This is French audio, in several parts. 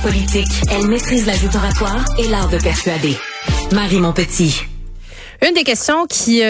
politique, elle maîtrise la lutte oratoire et l'art de persuader. Marie Montpetit. Une des questions qui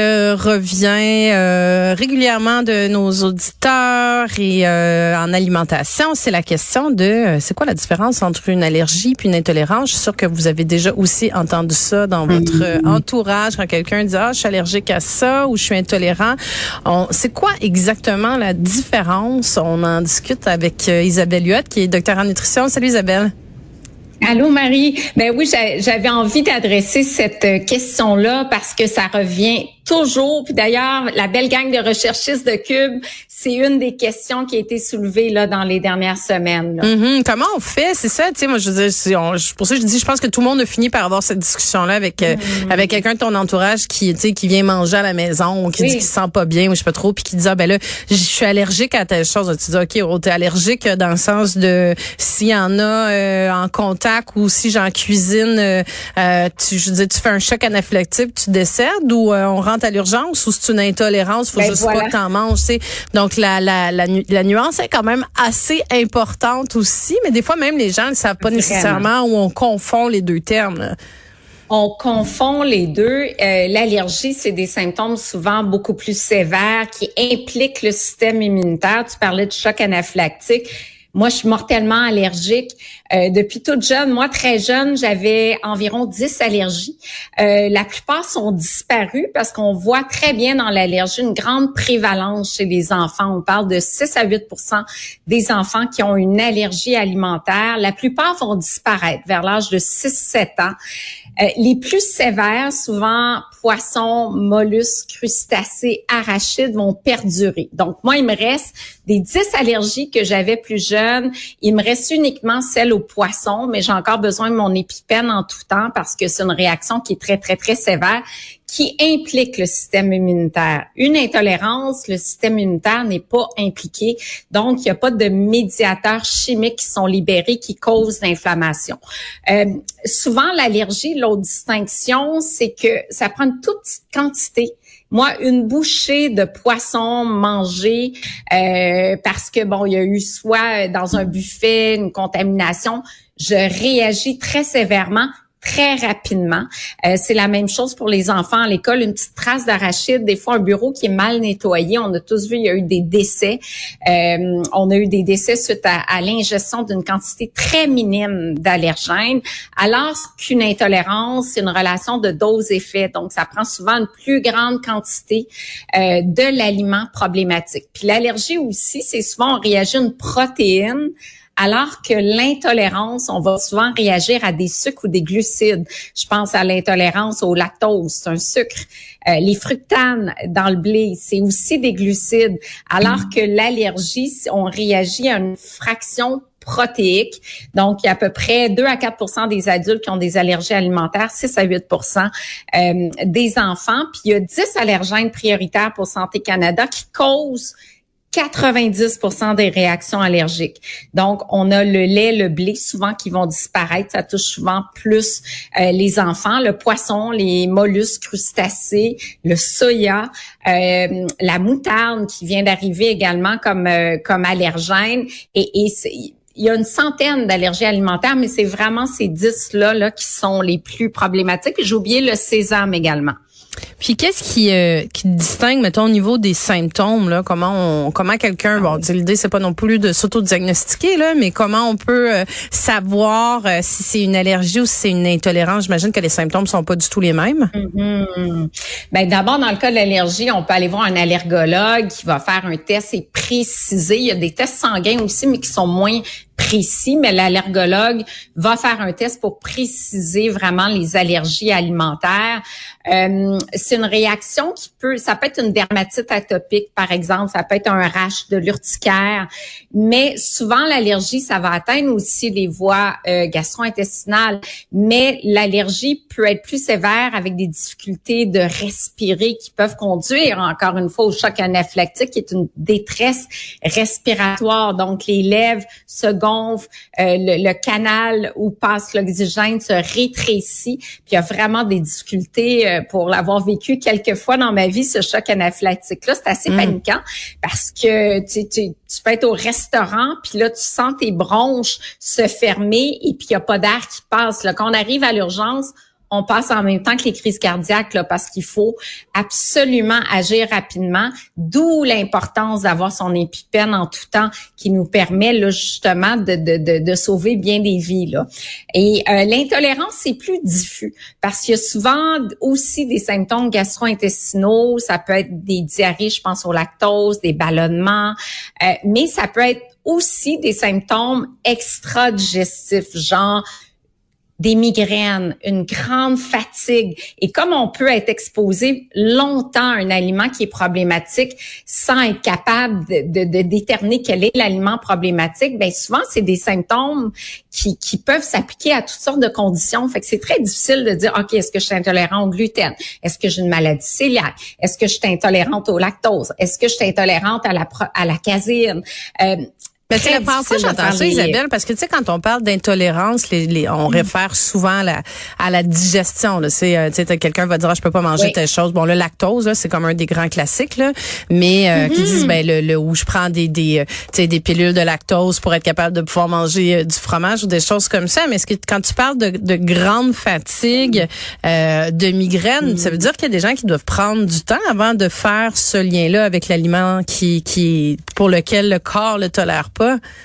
revient régulièrement de nos auditeurs et en alimentation, c'est la question de c'est quoi la différence entre une allergie puis une intolérance. Je suis sûre que vous avez déjà aussi entendu ça dans votre entourage quand quelqu'un dit je suis allergique à ça ou je suis intolérant. C'est quoi exactement la différence? On en discute avec Isabelle Huot qui est docteur en nutrition. Salut Isabelle. Allô Marie, ben oui, j'avais envie d'adresser cette question-là parce que ça revient toujours. Puis d'ailleurs, la belle gang de recherchistes de Cube, c'est une des questions qui a été soulevée là dans les dernières semaines. Là. Comment on fait? C'est ça, tu sais, moi je veux dire, pour ça je dis, je pense que tout le monde a fini par avoir cette discussion-là avec avec quelqu'un de ton entourage qui, tu sais, qui vient manger à la maison ou qui dit qu'il se sent pas bien ou je sais pas trop, puis qui dit ben là, je suis allergique à telle chose. Tu dis OK, t'es allergique dans le sens de s'il y en a en contact ou si j'en cuisine, tu fais un choc anaphylactique, tu décèdes ou on rentre à l'urgence ou c'est une intolérance, faut juste pas que t'en manges, tu sais. Donc la nuance est quand même assez importante aussi, mais des fois même les gens ne savent pas nécessairement où on confond les deux termes. Là. On confond les deux. L'allergie, c'est des symptômes souvent beaucoup plus sévères qui impliquent le système immunitaire. Tu parlais de choc anaphylactique. Moi, je suis mortellement allergique. Depuis toute jeune, moi, très jeune, j'avais environ 10 allergies. La plupart sont disparues parce qu'on voit très bien dans l'allergie une grande prévalence chez les enfants. On parle de 6 à 8% des enfants qui ont une allergie alimentaire. La plupart vont disparaître vers l'âge de 6-7 ans. Les plus sévères, souvent poissons, mollusques, crustacés, arachides, vont perdurer. Donc, moi, il me reste des 10 allergies que j'avais plus jeune. Il me reste uniquement celles aux poissons, mais j'ai encore besoin de mon EpiPen en tout temps parce que c'est une réaction qui est très, très, très sévère qui implique le système immunitaire. Une intolérance, le système immunitaire n'est pas impliqué. Donc, il n'y a pas de médiateurs chimiques qui sont libérés qui causent l'inflammation. Souvent, l'allergie, l'autre distinction, c'est que ça prend une toute petite quantité. Moi, une bouchée de poisson mangée parce que, bon, il y a eu soit dans un buffet une contamination, je réagis très sévèrement, très rapidement. C'est la même chose pour les enfants à l'école. Une petite trace d'arachide, des fois un bureau qui est mal nettoyé. On a tous vu, il y a eu des décès. On a eu des décès suite à l'ingestion d'une quantité très minime d'allergènes, alors qu'une intolérance, c'est une relation de dose-effet. Donc, ça prend souvent une plus grande quantité de l'aliment problématique. Puis l'allergie aussi, c'est souvent on réagit à une protéine, alors que l'intolérance, on va souvent réagir à des sucres ou des glucides. Je pense à l'intolérance au lactose, c'est un sucre. Les fructanes dans le blé, c'est aussi des glucides. Alors que l'allergie, on réagit à une fraction protéique. Donc, il y a à peu près 2 à 4% des adultes qui ont des allergies alimentaires, 6 à 8% des enfants. Puis, il y a 10 allergènes prioritaires pour Santé Canada qui causent 90% des réactions allergiques. Donc, on a le lait, le blé, souvent qui vont disparaître. Ça touche souvent plus les enfants. Le poisson, les mollusques, crustacés, le soya, la moutarde qui vient d'arriver également comme allergène. Et il y a une centaine d'allergies alimentaires, mais c'est vraiment ces 10-là là, qui sont les plus problématiques. J'ai oublié le sésame également. Puis qu'est-ce qui distingue, mettons, au niveau des symptômes, là, comment quelqu'un, bon, l'idée c'est pas non plus de s'auto-diagnostiquer, là, mais comment on peut savoir si c'est une allergie ou si c'est une intolérance? J'imagine que les symptômes sont pas du tout les mêmes. Ben d'abord, dans le cas de l'allergie, on peut aller voir un allergologue qui va faire un test et préciser. Il y a des tests sanguins aussi, mais qui sont moins précis, mais l'allergologue va faire un test pour préciser vraiment les allergies alimentaires. C'est une réaction ça peut être une dermatite atopique, par exemple, ça peut être un rash, de l'urticaire, mais souvent l'allergie, ça va atteindre aussi les voies gastro-intestinales, mais l'allergie peut être plus sévère avec des difficultés de respirer qui peuvent conduire, encore une fois, au choc anaphylactique, qui est une détresse respiratoire. Donc, les lèvres se gonflent, gonfle, le canal où passe l'oxygène se rétrécit, puis il y a vraiment des difficultés pour l'avoir vécu quelques fois dans ma vie, ce choc anaphylactique-là. C'est assez paniquant parce que tu peux être au restaurant, puis là, tu sens tes bronches se fermer et puis il n'y a pas d'air qui passe. Là, quand on arrive à l'urgence, on passe en même temps que les crises cardiaques là, parce qu'il faut absolument agir rapidement, d'où l'importance d'avoir son EpiPen en tout temps qui nous permet là, justement de sauver bien des vies. Là. Et l'intolérance, c'est plus diffus parce qu'il y a souvent aussi des symptômes gastro-intestinaux, ça peut être des diarrhées, je pense au lactose, des ballonnements, mais ça peut être aussi des symptômes extra-digestifs, genre des migraines, une grande fatigue. Et comme on peut être exposé longtemps à un aliment qui est problématique sans être capable de déterminer quel est l'aliment problématique, bien souvent, c'est des symptômes qui peuvent s'appliquer à toutes sortes de conditions. Fait que c'est très difficile de dire, OK, est-ce que je suis intolérant au gluten? Est-ce que j'ai une maladie cœliaque? Est-ce que je suis intolérante au lactose? Est-ce que je suis intolérante à la caséine? Mais c'est la première fois que j'entends ça, Isabelle, parce que tu sais, quand on parle d'intolérance, on réfère souvent à la digestion. Là. C'est, tu sais, quelqu'un va dire, je peux pas manger telle chose. Bon, le lactose, là, c'est comme un des grands classiques, là. Mais qui disent, ben, où je prends des pilules de lactose pour être capable de pouvoir manger du fromage ou des choses comme ça. Mais est-ce que quand tu parles de grande fatigue, de migraine, ça veut dire qu'il y a des gens qui doivent prendre du temps avant de faire ce lien-là avec l'aliment qui pour lequel le corps le tolère pas?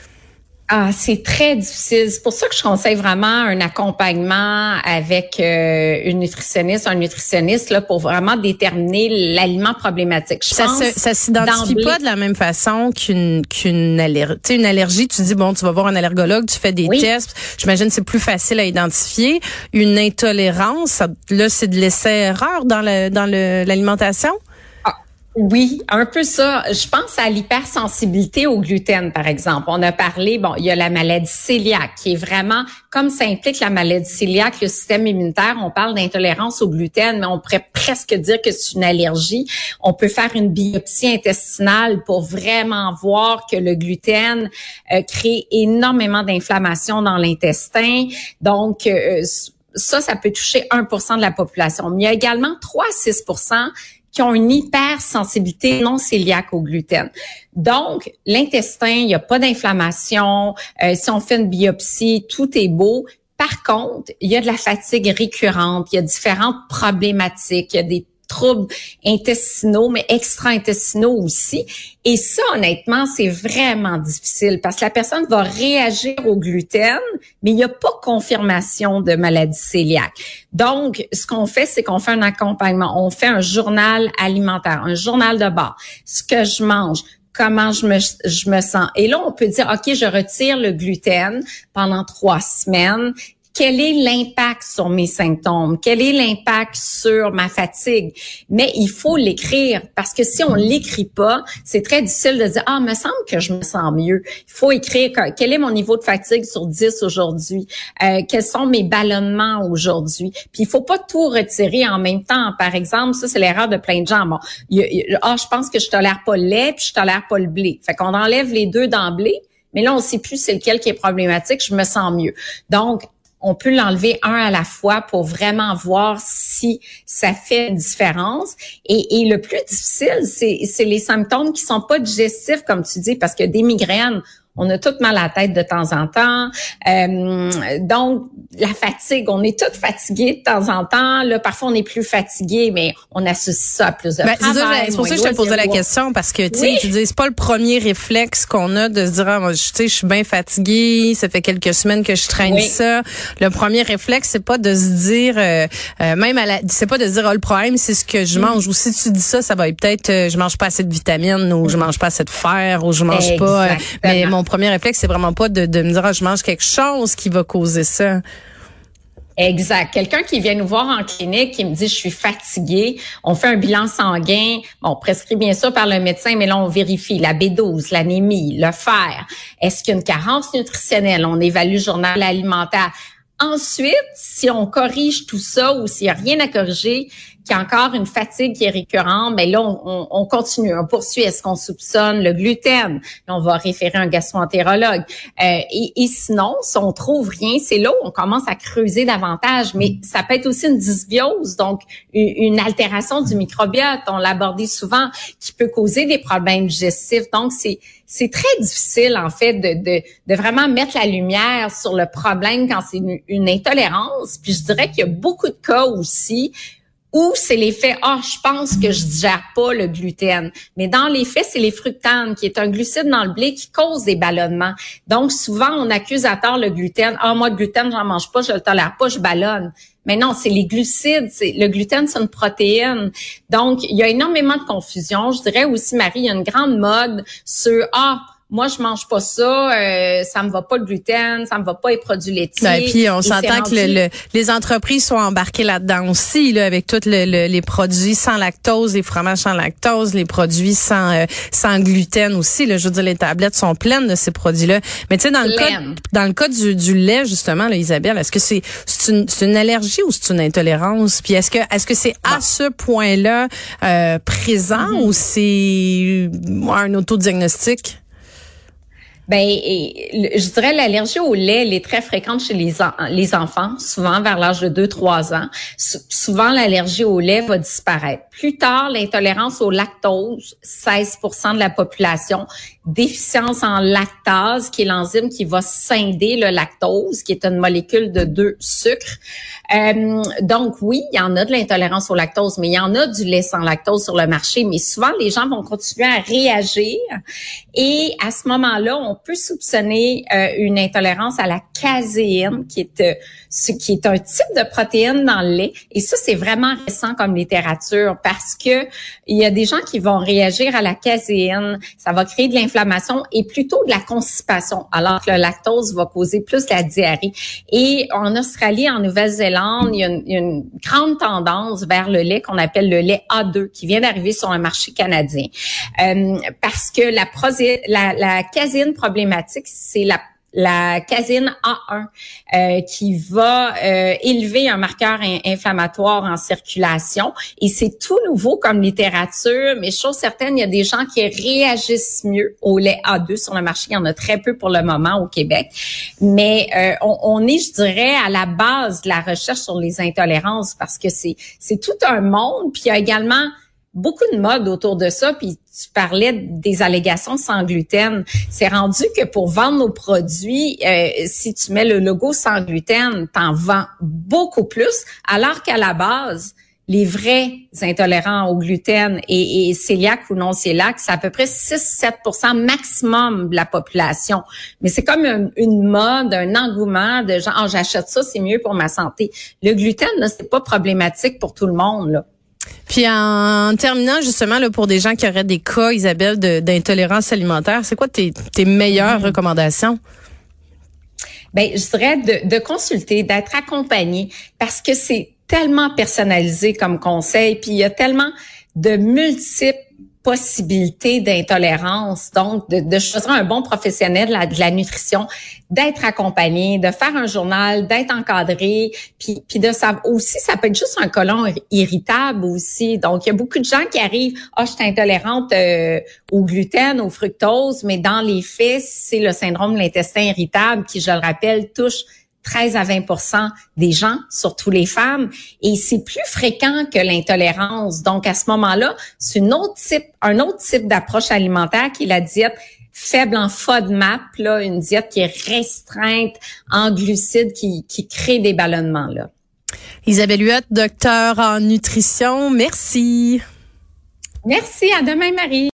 Ah, c'est très difficile. C'est pour ça que je conseille vraiment un accompagnement avec une nutritionniste, un nutritionniste là pour vraiment déterminer l'aliment problématique. Ça s'identifie pas de la même façon qu'une allergie. Tu sais, une allergie, tu dis bon, tu vas voir un allergologue, tu fais des tests. J'imagine que c'est plus facile à identifier. Une intolérance, là, c'est de l'essai-erreur dans l'alimentation. Oui, un peu ça. Je pense à l'hypersensibilité au gluten, par exemple. On a parlé, il y a la maladie cœliaque qui est vraiment, comme ça implique la maladie cœliaque, le système immunitaire, on parle d'intolérance au gluten, mais on pourrait presque dire que c'est une allergie. On peut faire une biopsie intestinale pour vraiment voir que le gluten crée énormément d'inflammation dans l'intestin. Donc, ça peut toucher 1% de la population. Mais il y a également 3 à 6% qui ont une hypersensibilité non cœliaque au gluten. Donc, l'intestin, il n'y a pas d'inflammation. Si on fait une biopsie, tout est beau. Par contre, il y a de la fatigue récurrente, il y a différentes problématiques, il y a des troubles intestinaux, mais extra-intestinaux aussi. Et ça, honnêtement, c'est vraiment difficile parce que la personne va réagir au gluten, mais il n'y a pas confirmation de maladie cœliaque. Donc, ce qu'on fait, c'est qu'on fait un accompagnement. On fait un journal alimentaire, un journal de bord. Ce que je mange, comment je me sens. Et là, on peut dire, OK, je retire le gluten pendant 3 semaines. Quel est l'impact sur mes symptômes? Quel est l'impact sur ma fatigue? Mais il faut l'écrire parce que si on l'écrit pas, c'est très difficile de dire « Ah, me semble que je me sens mieux ». Il faut écrire quel est mon niveau de fatigue sur 10 aujourd'hui? Quels sont mes ballonnements aujourd'hui? Puis il faut pas tout retirer en même temps. Par exemple, ça, c'est l'erreur de plein de gens. Bon, je pense que je tolère pas le lait puis je tolère pas le blé. Fait qu'on enlève les deux d'emblée, mais là, on sait plus c'est lequel qui est problématique, je me sens mieux. Donc, on peut l'enlever un à la fois pour vraiment voir si ça fait une différence. Et le plus difficile, c'est les symptômes qui sont pas digestifs, comme tu dis, parce que des migraines, on a toutes mal à la tête de temps en temps. Donc, la fatigue, on est toutes fatiguées de temps en temps. Là, parfois, on est plus fatigué, mais on associe ça à plus de travail. C'est pour ça que je te posais la question, parce que, tu sais, tu dis, c'est pas le premier réflexe qu'on a de se dire, ah, moi, tu sais, je suis bien fatiguée, ça fait quelques semaines que je traîne ça. Le premier réflexe, c'est pas de se dire, c'est pas de se dire, le problème, c'est ce que je mange. Ou si tu dis ça, ça va être peut-être, je mange pas assez de vitamines, ou je mange pas assez de fer, ou je mange pas. Mais mon premier réflexe, c'est vraiment pas de me dire, je mange quelque chose qui va causer ça. Exact. Quelqu'un qui vient nous voir en clinique, qui me dit, je suis fatiguée. On fait un bilan sanguin. On prescrit bien sûr par le médecin, mais là, on vérifie la B12, l'anémie, le fer. Est-ce qu'il y a une carence nutritionnelle? On évalue le journal alimentaire. Ensuite, si on corrige tout ça ou s'il n'y a rien à corriger, qu'il y a encore une fatigue qui est récurrente, ben là, on continue, on poursuit. Est-ce qu'on soupçonne le gluten? Là, on va référer un gastro-entérologue. Et sinon, si on trouve rien, c'est là où on commence à creuser davantage. Mais ça peut être aussi une dysbiose, donc une altération du microbiote, on l'a abordé souvent, qui peut causer des problèmes digestifs. Donc, c'est très difficile, en fait, de vraiment mettre la lumière sur le problème quand c'est une intolérance. Puis je dirais qu'il y a beaucoup de cas aussi où c'est l'effet « Ah, je pense que je digère pas le gluten ». Mais dans les faits, c'est les fructanes, qui est un glucide dans le blé qui cause des ballonnements. Donc, souvent, on accuse à tort le gluten. « Ah, moi, le gluten, j'en mange pas, je le tolère pas, je ballonne ». Mais non, c'est les glucides. Le gluten, c'est une protéine. Donc, il y a énormément de confusion. Je dirais aussi, Marie, il y a une grande mode sur « Ah, moi, je mange pas ça, ça me va pas le gluten, ça me va pas les produits laitiers. » Et puis, on s'entend que les entreprises sont embarquées là-dedans aussi, là, avec tous les produits sans lactose, les fromages sans lactose, les produits sans gluten aussi. Là, je veux dire, les tablettes sont pleines de ces produits-là. Mais tu sais, dans le cas du lait, justement, là, Isabelle, est-ce que c'est une allergie ou c'est une intolérance? Puis est-ce que c'est à ce point-là présent ou c'est un autodiagnostic? Ben, je dirais l'allergie au lait, elle est très fréquente chez les enfants, souvent vers l'âge de 2-3 ans. Souvent, l'allergie au lait va disparaître. Plus tard, l'intolérance au lactose, 16% de la population. Déficience en lactase, qui est l'enzyme qui va scinder le lactose, qui est une molécule de 2 sucres. Donc oui, il y en a de l'intolérance au lactose, mais il y en a du lait sans lactose sur le marché. Mais souvent, les gens vont continuer à réagir. Et à ce moment-là, on peut soupçonner une intolérance à la caséine, qui est un type de protéine dans le lait. Et ça, c'est vraiment récent comme littérature parce que il y a des gens qui vont réagir à la caséine. Ça va créer de l'inflammation et plutôt de la constipation, alors que le lactose va causer plus la diarrhée. Et en Australie, en Nouvelle-Zélande, il y a une grande tendance vers le lait qu'on appelle le lait A2 qui vient d'arriver sur le marché canadien. Parce que la caséine problématique, c'est la caséine A1 qui va élever un marqueur inflammatoire en circulation. Et c'est tout nouveau comme littérature, mais chose certaine, il y a des gens qui réagissent mieux au lait A2 sur le marché. Il y en a très peu pour le moment au Québec. Mais on est, je dirais, à la base de la recherche sur les intolérances parce que c'est tout un monde. Puis il y a également beaucoup de modes autour de ça, puis tu parlais des allégations sans gluten. C'est rendu que pour vendre nos produits, si tu mets le logo sans gluten, t'en vends beaucoup plus, alors qu'à la base, les vrais intolérants au gluten et cœliaques ou non cœliaques, c'est à peu près 6-7% maximum de la population. Mais c'est comme une mode, un engouement de gens, « j'achète ça, c'est mieux pour ma santé ». Le gluten, là, c'est pas problématique pour tout le monde, là. Puis en terminant justement là pour des gens qui auraient des cas, Isabelle, d'intolérance alimentaire, c'est quoi tes meilleures recommandations? Ben, je dirais de consulter, d'être accompagné, parce que c'est tellement personnalisé comme conseil, puis il y a tellement de multiples possibilités d'intolérance, donc de choisir un bon professionnel de la nutrition, d'être accompagné, de faire un journal, d'être encadré, puis de savoir aussi, ça peut être juste un côlon irritable aussi. Donc, il y a beaucoup de gens qui arrivent, « je suis intolérante au gluten, au fructose », mais dans les faits, c'est le syndrome de l'intestin irritable qui, je le rappelle, touche 13-20% des gens, surtout les femmes, et c'est plus fréquent que l'intolérance. Donc, à ce moment-là, c'est un autre type d'approche alimentaire qui est la diète faible en FODMAP, là, une diète qui est restreinte en glucides qui crée des ballonnements, là. Isabelle Huot, docteure en nutrition, merci. Merci, à demain, Marie.